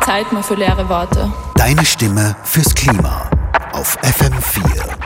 Zeit mehr für leere Worte. Deine Stimme fürs Klima auf FM4.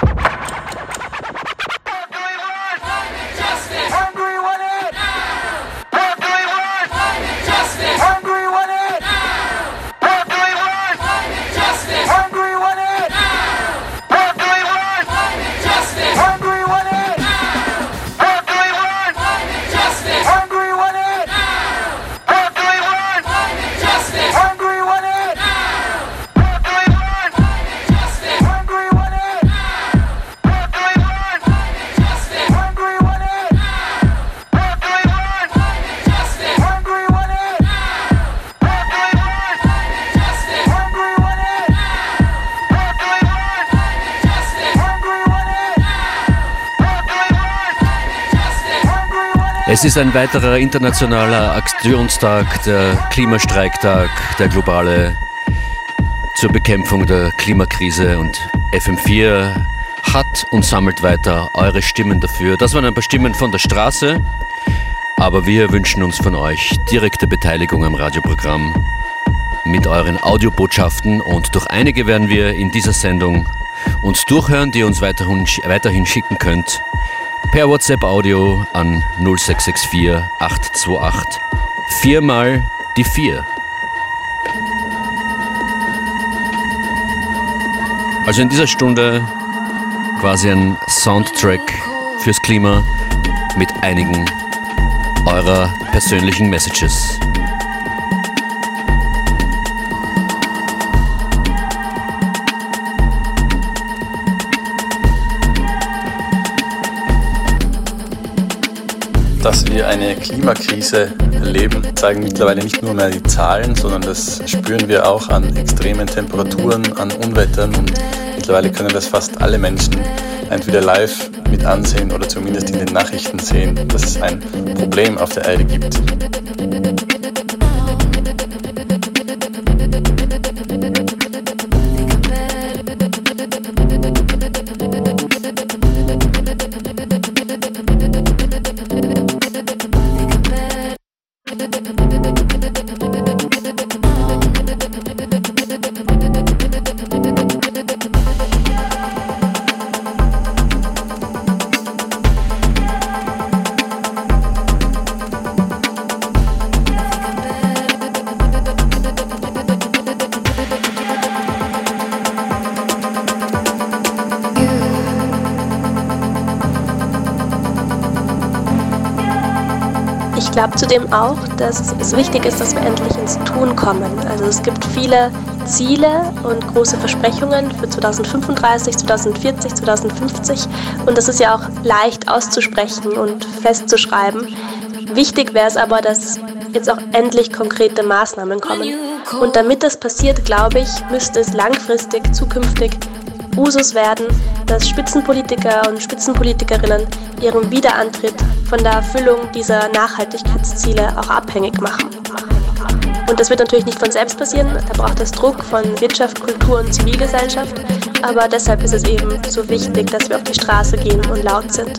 Es ist ein weiterer internationaler Aktionstag, der Klimastreiktag, der globale zur Bekämpfung der Klimakrise, und FM4 hat und sammelt weiter eure Stimmen dafür. Das waren ein paar Stimmen von der Straße, aber wir wünschen uns von euch direkte Beteiligung am Radioprogramm mit euren Audiobotschaften, und durch einige werden wir in dieser Sendung uns durchhören, die ihr uns weiterhin schicken könnt. Per WhatsApp-Audio an 0664 828 4 mal die 4. Also in dieser Stunde quasi ein Soundtrack fürs Klima mit einigen eurer persönlichen Messages. Dass wir eine Klimakrise erleben, zeigen mittlerweile nicht nur mehr die Zahlen, sondern das spüren wir auch an extremen Temperaturen, an Unwettern, und mittlerweile können das fast alle Menschen entweder live mit ansehen oder zumindest in den Nachrichten sehen, dass es ein Problem auf der Erde gibt. Ich glaube zudem auch, dass es wichtig ist, dass wir endlich ins Tun kommen. Also es gibt viele Ziele und große Versprechungen für 2035, 2040, 2050, und das ist ja auch leicht auszusprechen und festzuschreiben. Wichtig wäre es aber, dass jetzt auch endlich konkrete Maßnahmen kommen. Und damit das passiert, glaube ich, müsste es langfristig, zukünftig Usus werden, dass Spitzenpolitiker und Spitzenpolitikerinnen ihren Wiederantritt von der Erfüllung dieser Nachhaltigkeitsziele auch abhängig machen. Und das wird natürlich nicht von selbst passieren, da braucht es Druck von Wirtschaft, Kultur und Zivilgesellschaft, aber deshalb ist es eben so wichtig, dass wir auf die Straße gehen und laut sind.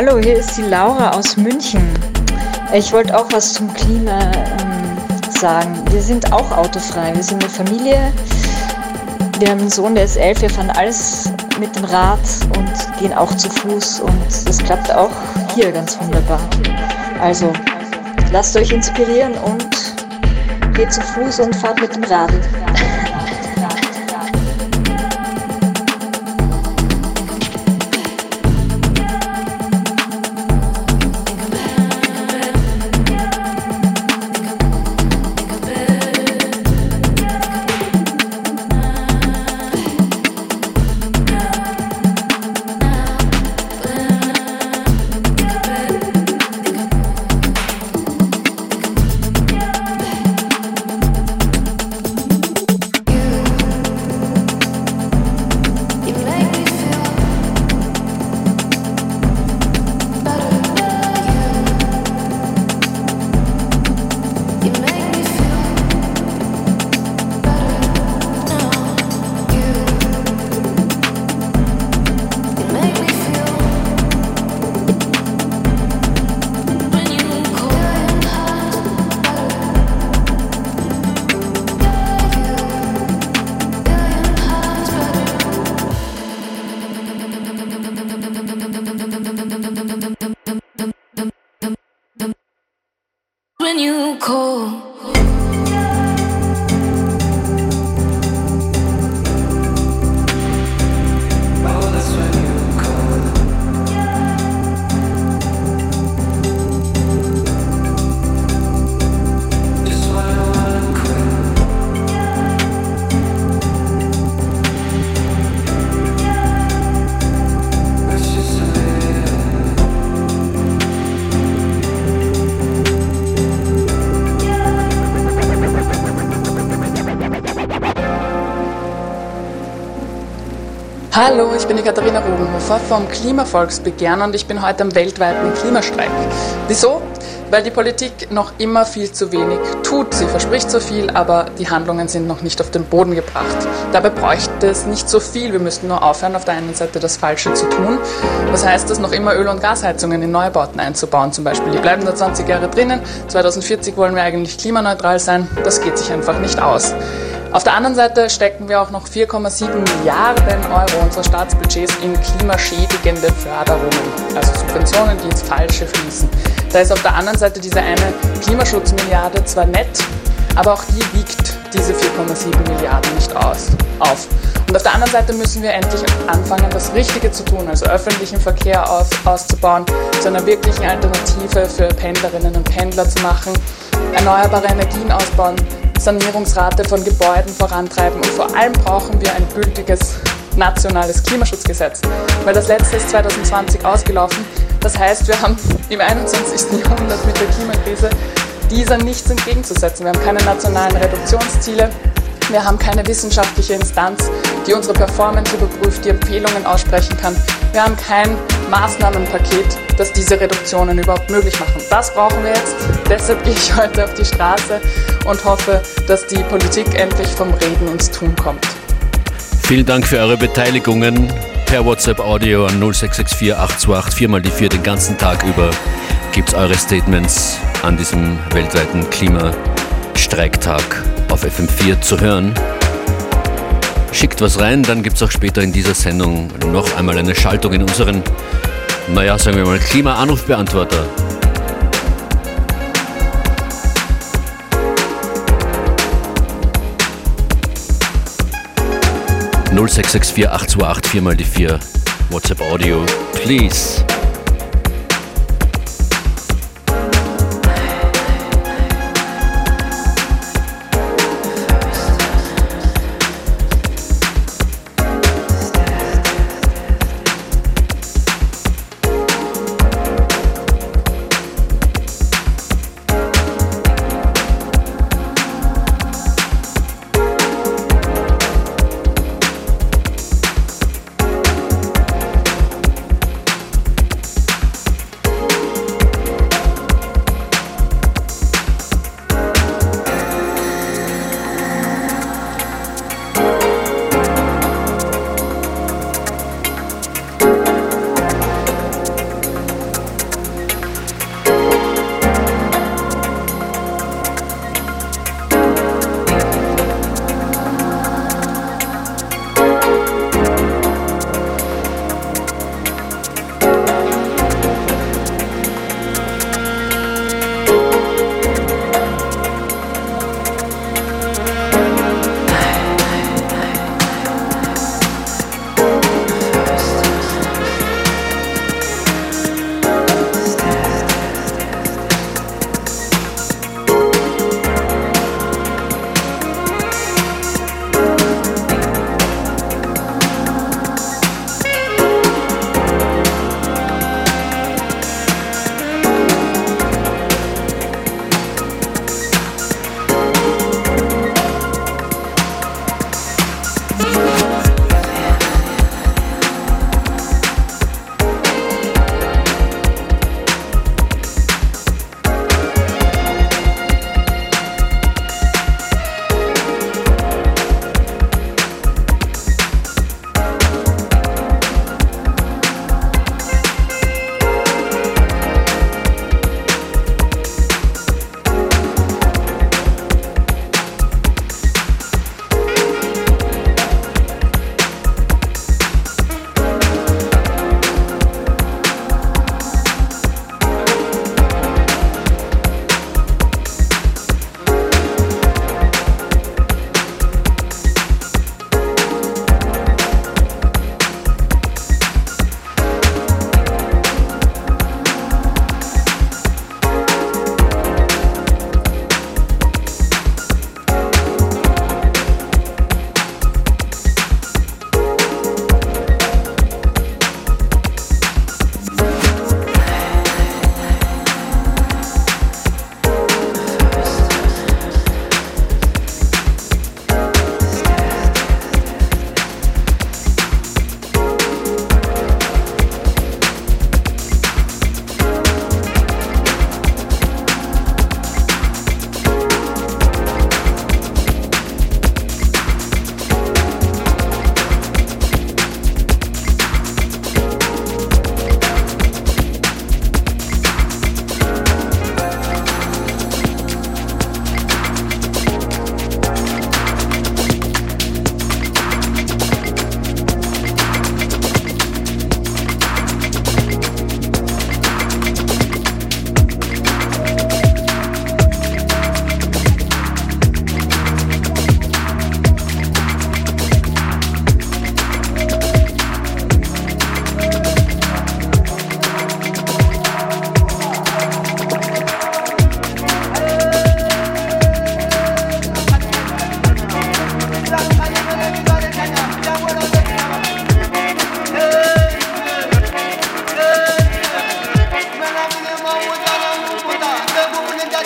Hallo, hier ist die Laura aus München. Ich wollte auch was zum Klima sagen. Wir sind auch autofrei. Wir sind eine Familie. Wir haben einen Sohn, der ist 11. Wir fahren alles mit dem Rad und gehen auch zu Fuß. Und das klappt auch hier ganz wunderbar. Also lasst euch inspirieren und geht zu Fuß und fahrt mit dem Radl. Hallo, ich bin die Katharina Rogenhofer vom Klimavolksbegehren und ich bin heute am weltweiten Klimastreik. Wieso? Weil die Politik noch immer viel zu wenig tut. Sie verspricht so viel, aber die Handlungen sind noch nicht auf den Boden gebracht. Dabei bräuchte es nicht so viel. Wir müssten nur aufhören, auf der einen Seite das Falsche zu tun. Was heißt das, noch immer Öl- und Gasheizungen in Neubauten einzubauen zum Beispiel? Die bleiben da 20 Jahre drinnen. 2040 wollen wir eigentlich klimaneutral sein. Das geht sich einfach nicht aus. Auf der anderen Seite stecken wir auch noch 4,7 Milliarden Euro unseres Staatsbudgets in klimaschädigende Förderungen, also Subventionen, die ins Falsche fließen. Da ist auf der anderen Seite diese eine Klimaschutzmilliarde zwar nett, aber auch die wiegt diese 4,7 Milliarden nicht auf. Und auf der anderen Seite müssen wir endlich anfangen, das Richtige zu tun, also öffentlichen Verkehr auszubauen, zu einer wirklichen Alternative für Pendlerinnen und Pendler zu machen, erneuerbare Energien ausbauen, Sanierungsrate von Gebäuden vorantreiben und vor allem brauchen wir ein gültiges nationales Klimaschutzgesetz, weil das letzte ist 2020 ausgelaufen. Das heißt, wir haben im 21. Jahrhundert mit der Klimakrise dieser nichts entgegenzusetzen. Wir haben keine nationalen Reduktionsziele, wir haben keine wissenschaftliche Instanz, die unsere Performance überprüft, die Empfehlungen aussprechen kann. Wir haben kein Maßnahmenpaket, das diese Reduktionen überhaupt möglich machen. Das brauchen wir jetzt. Deshalb gehe ich heute auf die Straße und hoffe, dass die Politik endlich vom Reden ins Tun kommt. Vielen Dank für eure Beteiligungen per WhatsApp-Audio an 0664 828 4x4 den ganzen Tag über. Gibt's eure Statements an diesem weltweiten Klimastreiktag auf FM4 zu hören. Schickt was rein, dann gibt es auch später in dieser Sendung noch einmal eine Schaltung in unseren, sagen wir mal, Klima-Anrufbeantworter. (0664 828 4x4) WhatsApp Audio, please.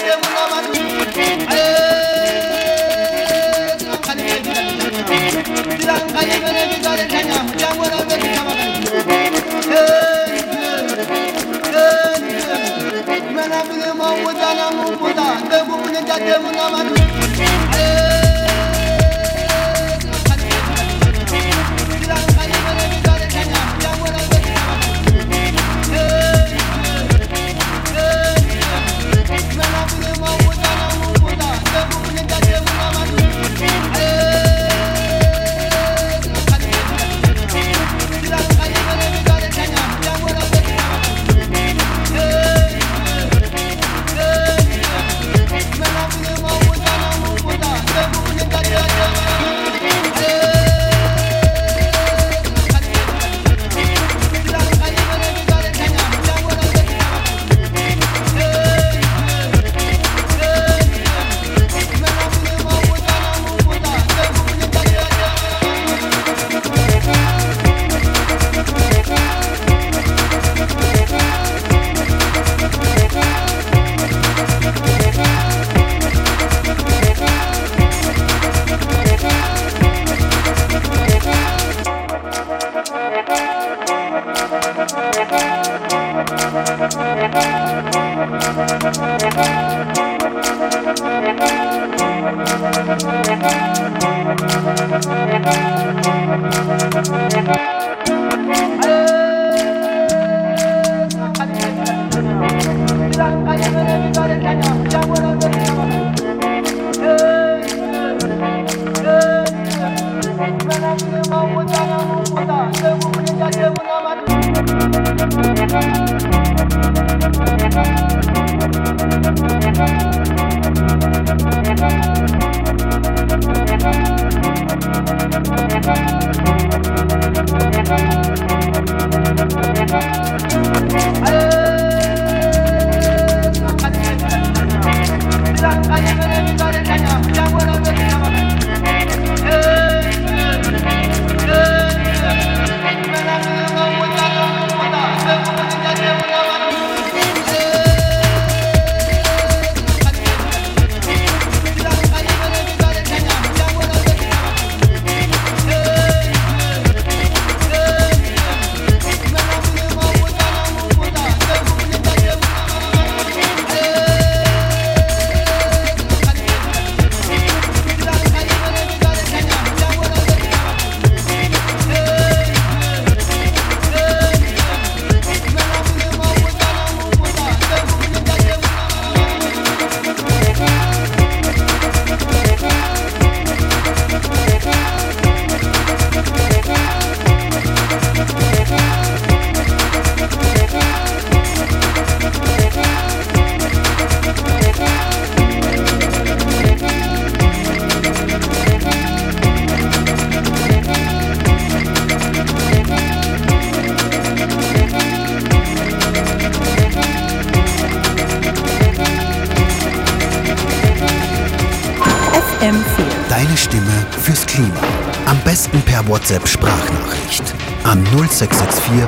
Deine Stimme fürs Klima. Am besten per WhatsApp-Sprachnachricht an 0664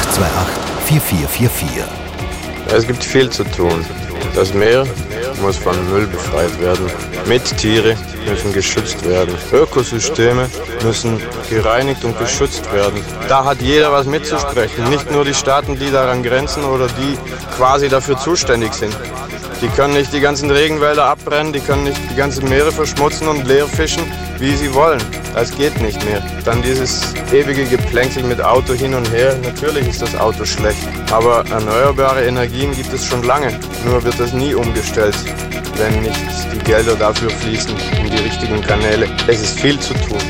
828 4444. Es gibt viel zu tun. Das Meer muss von Müll befreit werden. Meerestiere müssen geschützt werden. Ökosysteme müssen gereinigt und geschützt werden. Da hat jeder was mitzusprechen. Nicht nur die Staaten, die daran grenzen oder die quasi dafür zuständig sind. Die können nicht die ganzen Regenwälder abbrennen, die können nicht die ganzen Meere verschmutzen und leer fischen, wie sie wollen. Das geht nicht mehr. Dann dieses ewige Geplänkel mit Auto hin und her. Natürlich ist das Auto schlecht, aber erneuerbare Energien gibt es schon lange. Nur wird das nie umgestellt, wenn nicht die Gelder dafür fließen in die richtigen Kanäle. Es ist viel zu tun.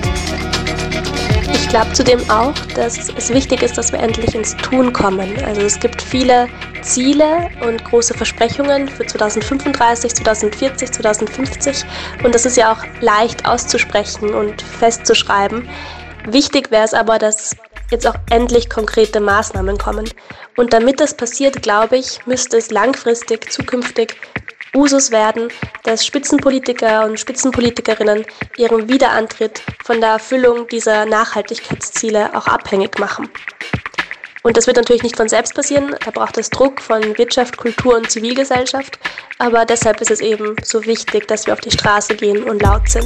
Ich glaube zudem auch, dass es wichtig ist, dass wir endlich ins Tun kommen. Also es gibt viele Ziele und große Versprechungen für 2035, 2040, 2050 und das ist ja auch leicht auszusprechen und festzuschreiben. Wichtig wäre es aber, dass jetzt auch endlich konkrete Maßnahmen kommen. Und damit das passiert, glaube ich, müsste es langfristig, zukünftig Usus werden, dass Spitzenpolitiker und Spitzenpolitikerinnen ihren Wiederantritt von der Erfüllung dieser Nachhaltigkeitsziele auch abhängig machen. Und das wird natürlich nicht von selbst passieren, da braucht es Druck von Wirtschaft, Kultur und Zivilgesellschaft, aber deshalb ist es eben so wichtig, dass wir auf die Straße gehen und laut sind.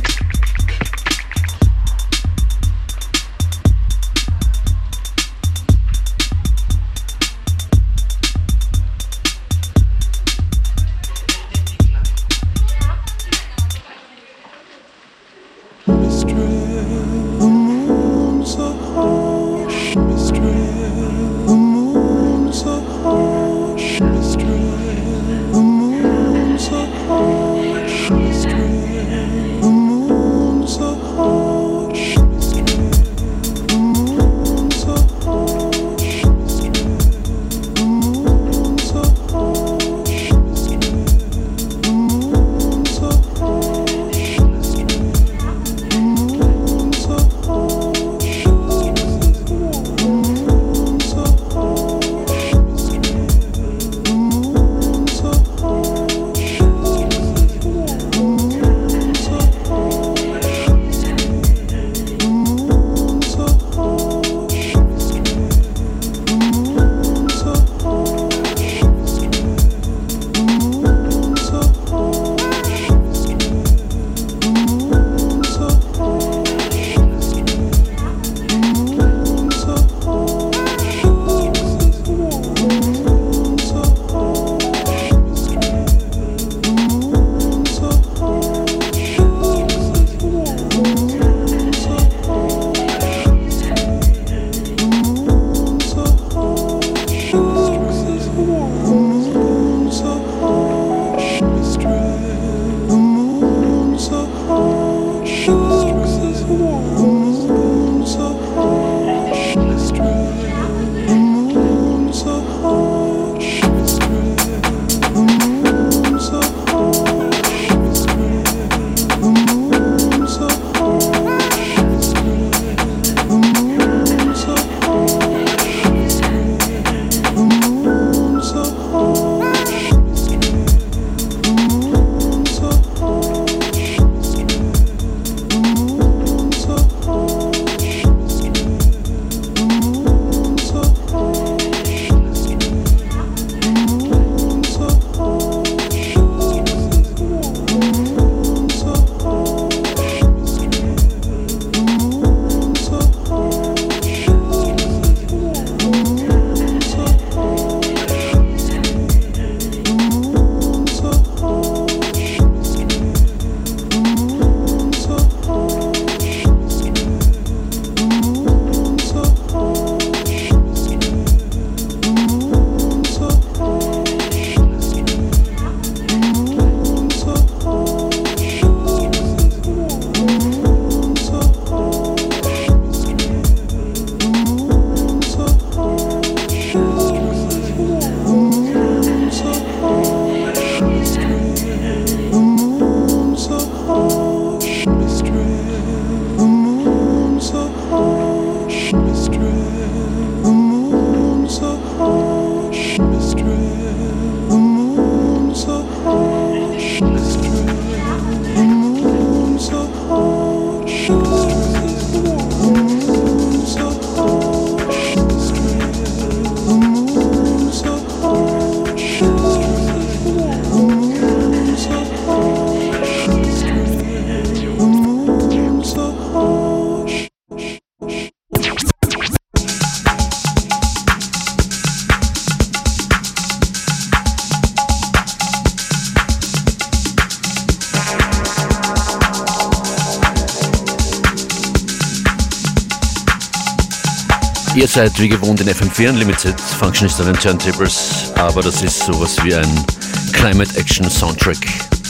Ihr seid wie gewohnt in FM4 Unlimited, Functionist an den Turntables, aber das ist sowas wie ein Climate Action Soundtrack.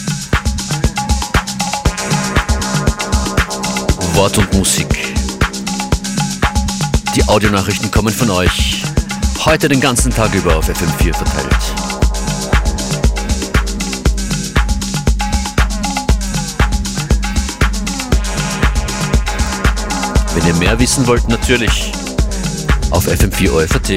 Wort und Musik. Die Audionachrichten kommen von euch, heute den ganzen Tag über auf FM4 verteilt. Wenn ihr mehr wissen wollt, natürlich auf FM4 OFAT.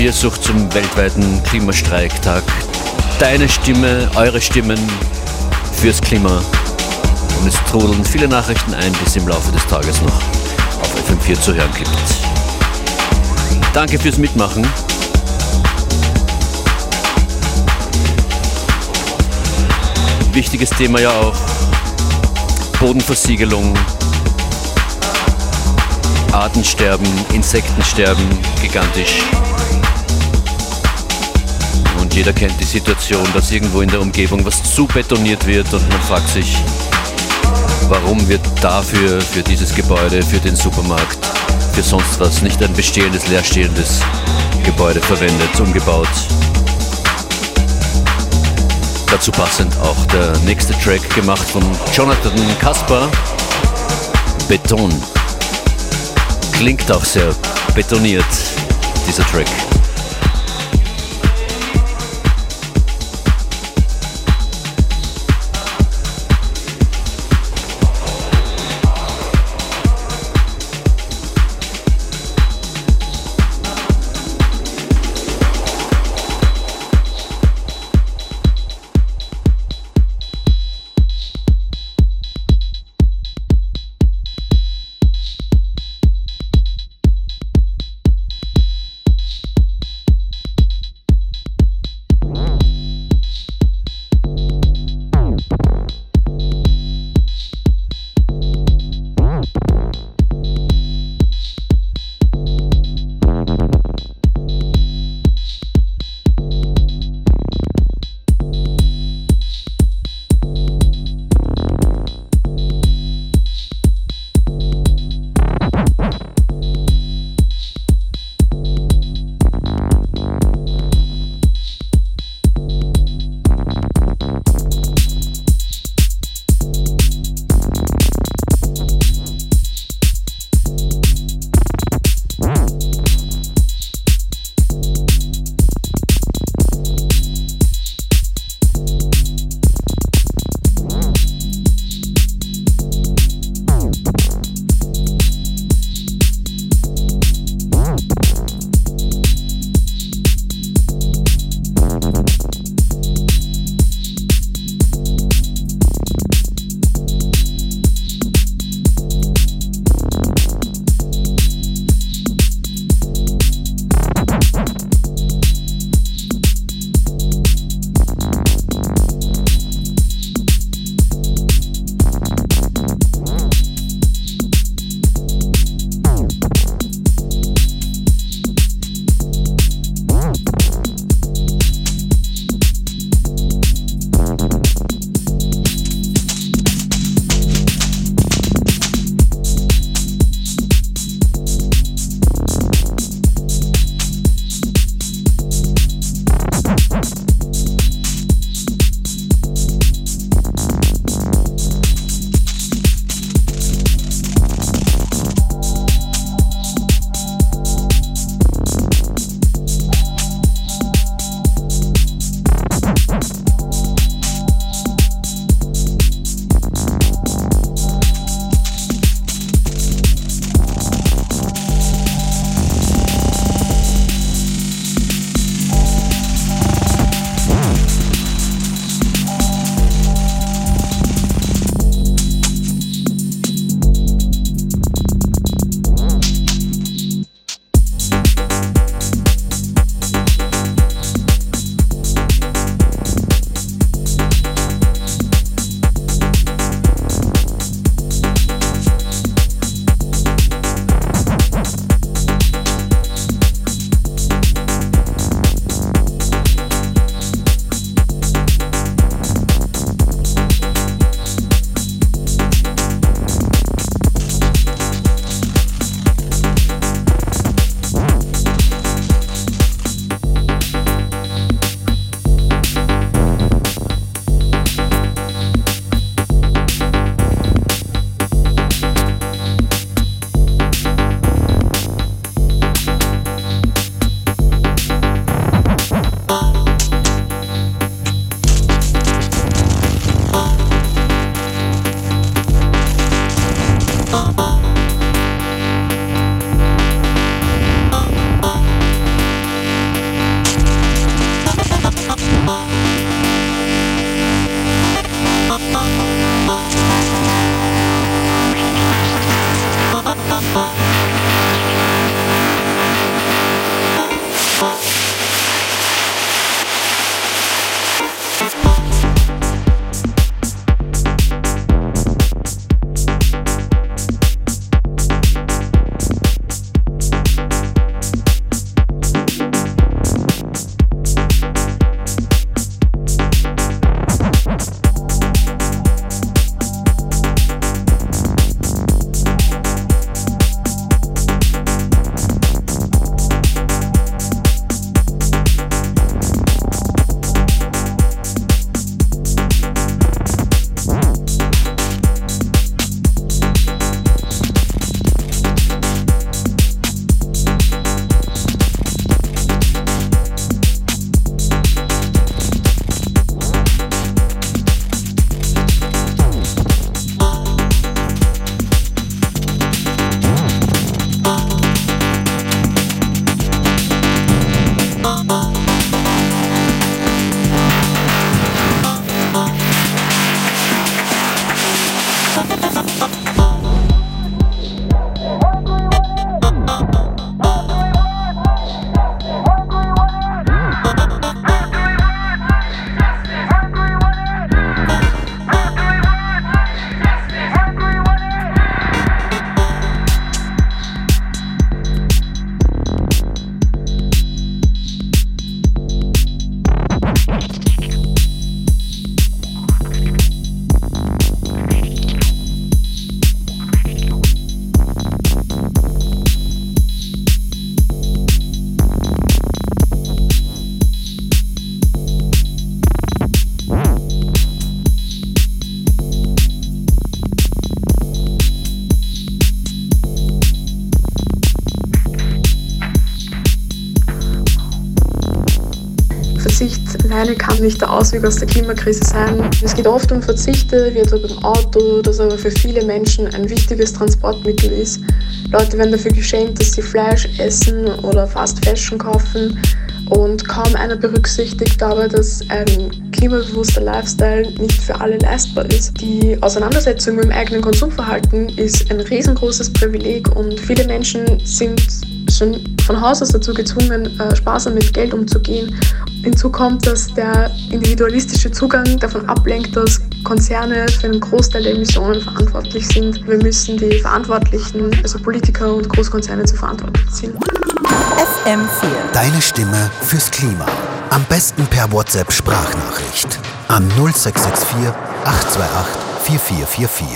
Tiersucht zum weltweiten Klimastreiktag. Deine Stimme, eure Stimmen fürs Klima. Und es trudeln viele Nachrichten ein, die es im Laufe des Tages noch auf FM4 zu hören gibt. Danke fürs Mitmachen. Wichtiges Thema ja auch Bodenversiegelung, Artensterben, Insektensterben, gigantisch. Und jeder kennt die Situation, dass irgendwo in der Umgebung was zu betoniert wird und man fragt sich, warum wird dafür, für dieses Gebäude, für den Supermarkt, für sonst was nicht ein bestehendes, leerstehendes Gebäude verwendet, umgebaut. Dazu passend auch der nächste Track gemacht von Jonathan Kasper, Beton. Klingt auch sehr betoniert, dieser Track. Verzicht alleine kann nicht der Ausweg aus der Klimakrise sein. Es geht oft um Verzichte, wie etwa beim Auto, das aber für viele Menschen ein wichtiges Transportmittel ist. Leute werden dafür geschämt, dass sie Fleisch essen oder Fast Fashion kaufen und kaum einer berücksichtigt dabei, dass ein klimabewusster Lifestyle nicht für alle leistbar ist. Die Auseinandersetzung mit dem eigenen Konsumverhalten ist ein riesengroßes Privileg und viele Menschen sind schon von Haus aus dazu gezwungen, sparsam mit Geld umzugehen. Hinzu kommt, dass der individualistische Zugang davon ablenkt, dass Konzerne für einen Großteil der Emissionen verantwortlich sind. Wir müssen die Verantwortlichen, also Politiker und Großkonzerne, zur Verantwortung ziehen. FM4. Deine Stimme fürs Klima. Am besten per WhatsApp-Sprachnachricht an 0664 828 4444.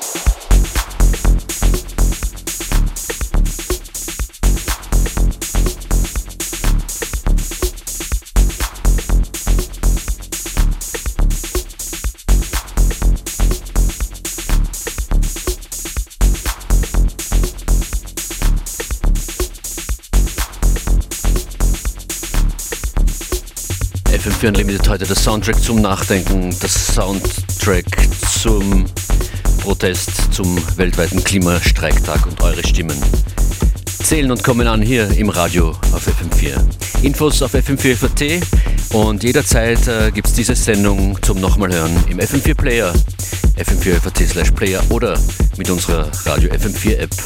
FM4 Unlimited heute der Soundtrack zum Nachdenken, das Soundtrack zum Protest, zum weltweiten Klimastreiktag und eure Stimmen zählen und kommen an hier im Radio auf FM4. Infos auf FM4 und jederzeit gibt es diese Sendung zum nochmal hören im FM4 Player, FM4 /Player oder mit unserer Radio FM4 App.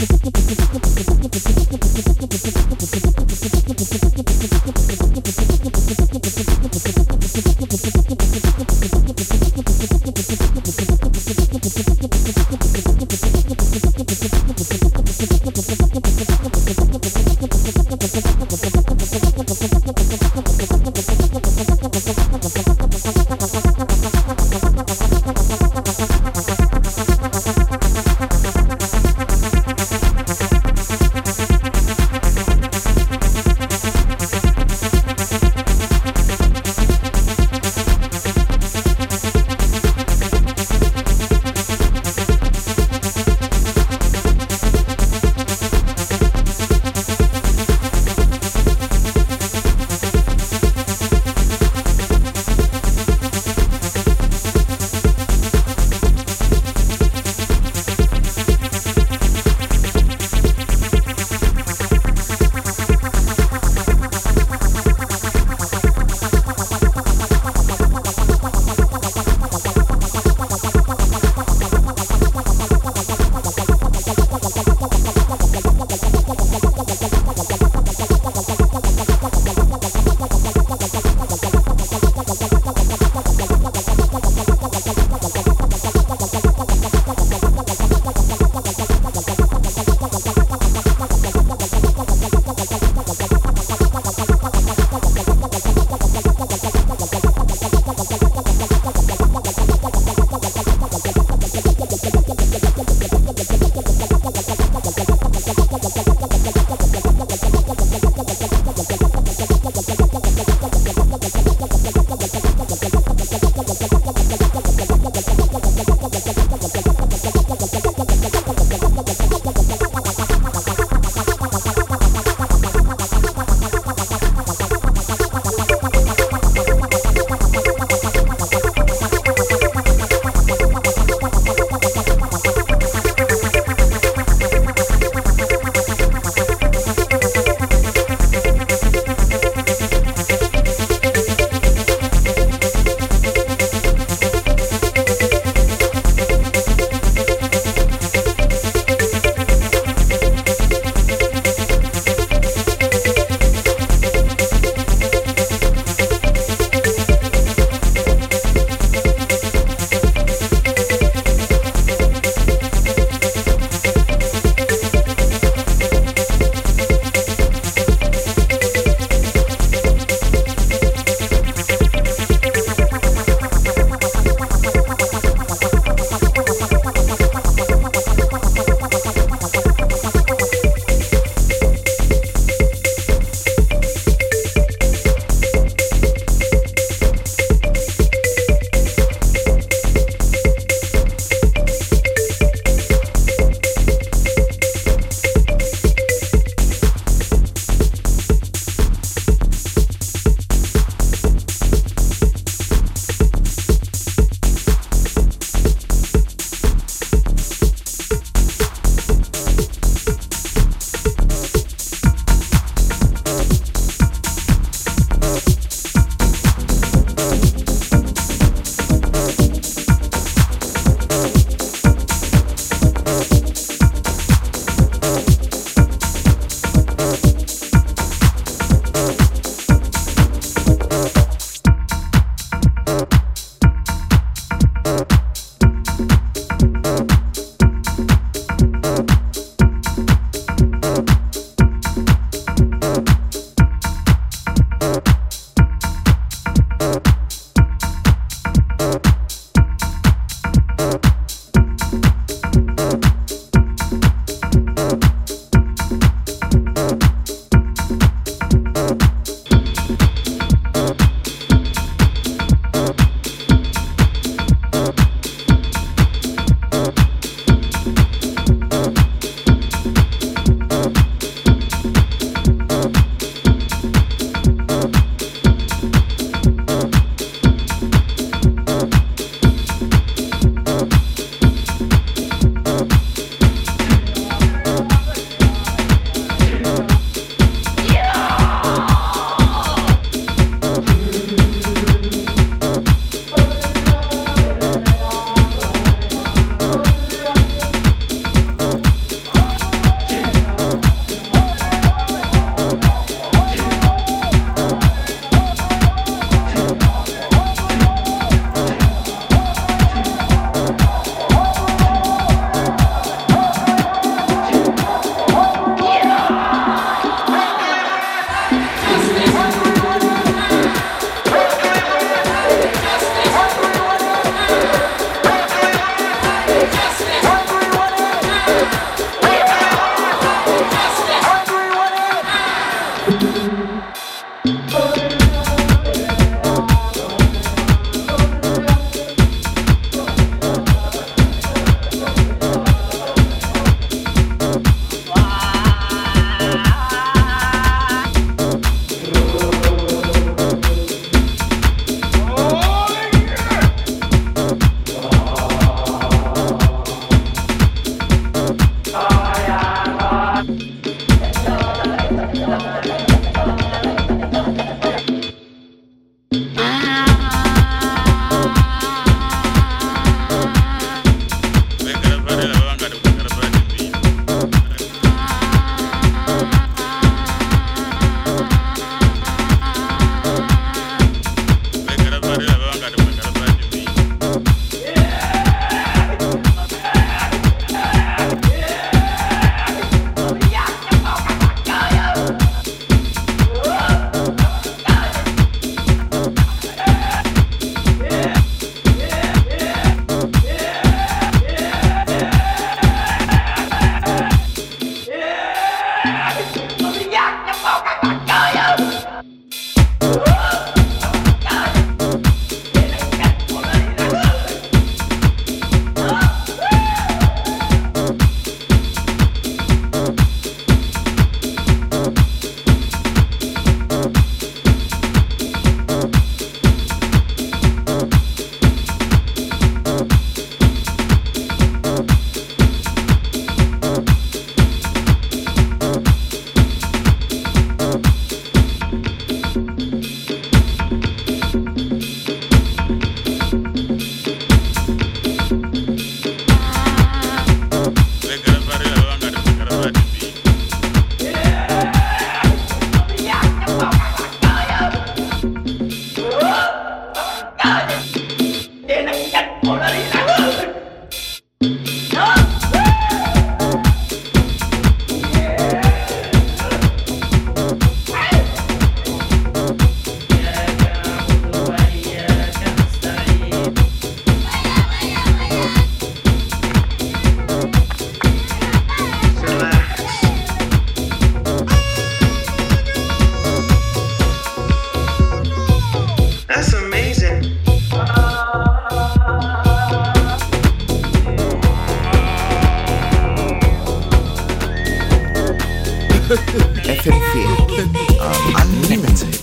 FM4 Unlimited.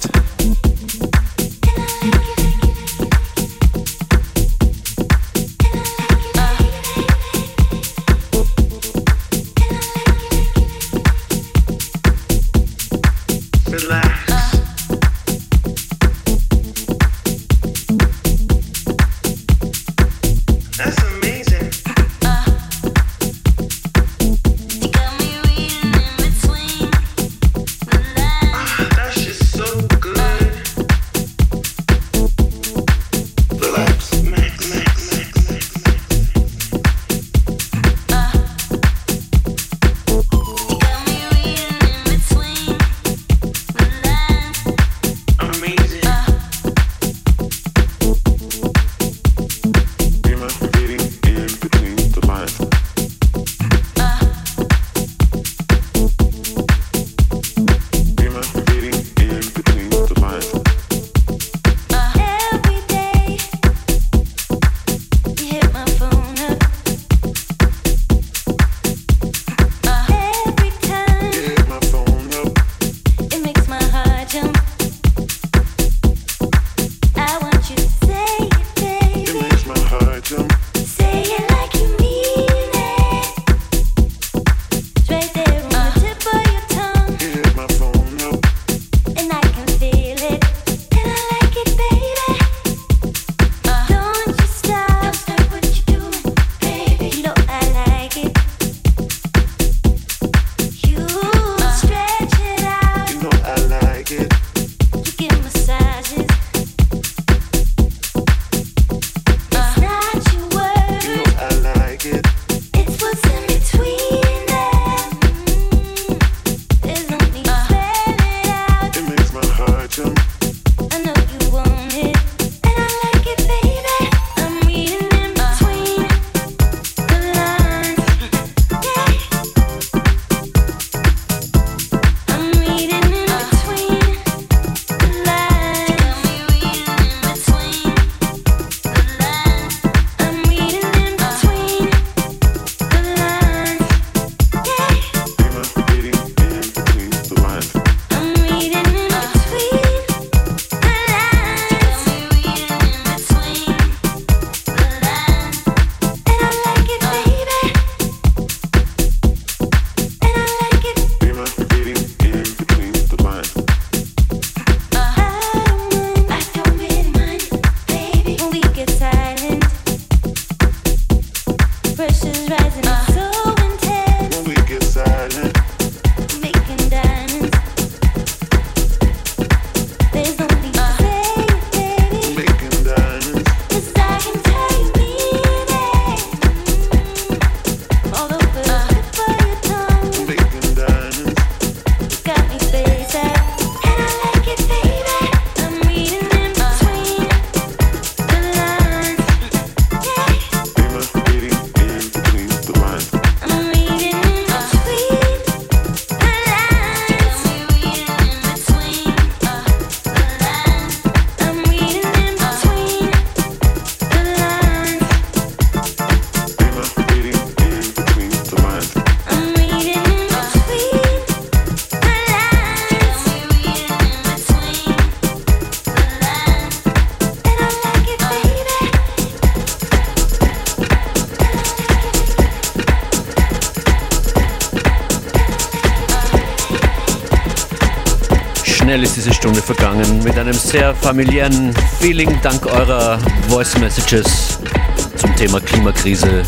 Schnell ist diese Stunde vergangen mit einem sehr familiären Feeling dank eurer Voice Messages zum Thema Klimakrise.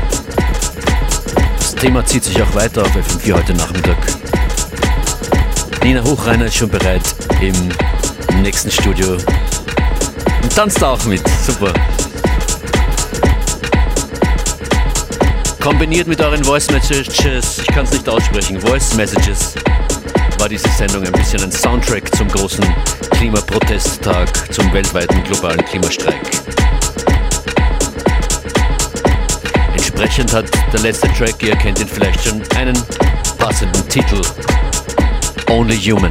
Das Thema zieht sich auch weiter auf FM4 heute Nachmittag. Nina Hochreiner ist schon bereit im nächsten Studio und tanzt auch mit. Super. Kombiniert mit euren Voice Messages, ich kann es nicht aussprechen, Voice Messages, war diese Sendung ein bisschen ein Soundtrack zum großen Klimaprotesttag, zum weltweiten globalen Klimastreik. Entsprechend hat der letzte Track, ihr kennt ihn vielleicht schon, einen passenden Titel: Only Human.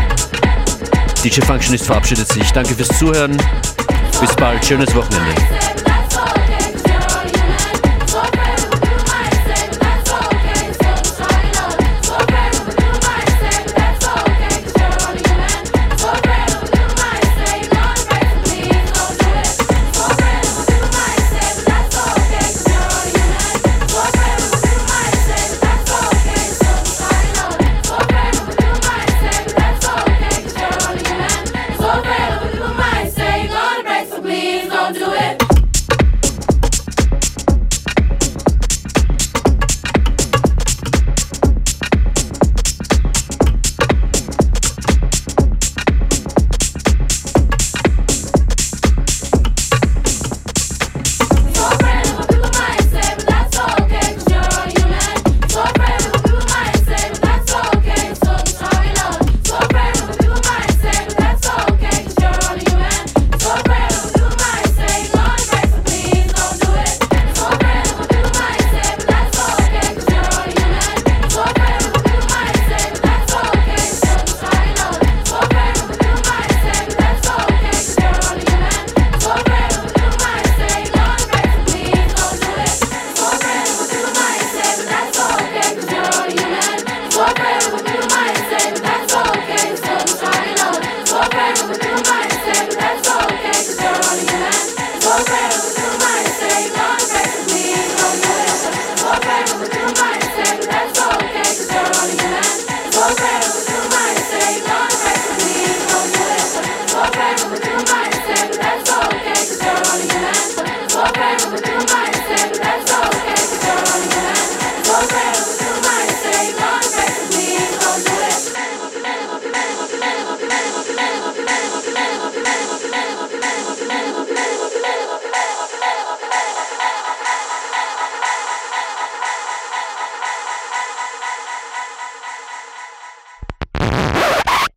DJ Functionist verabschiedet sich. Danke fürs Zuhören. Bis bald. Schönes Wochenende.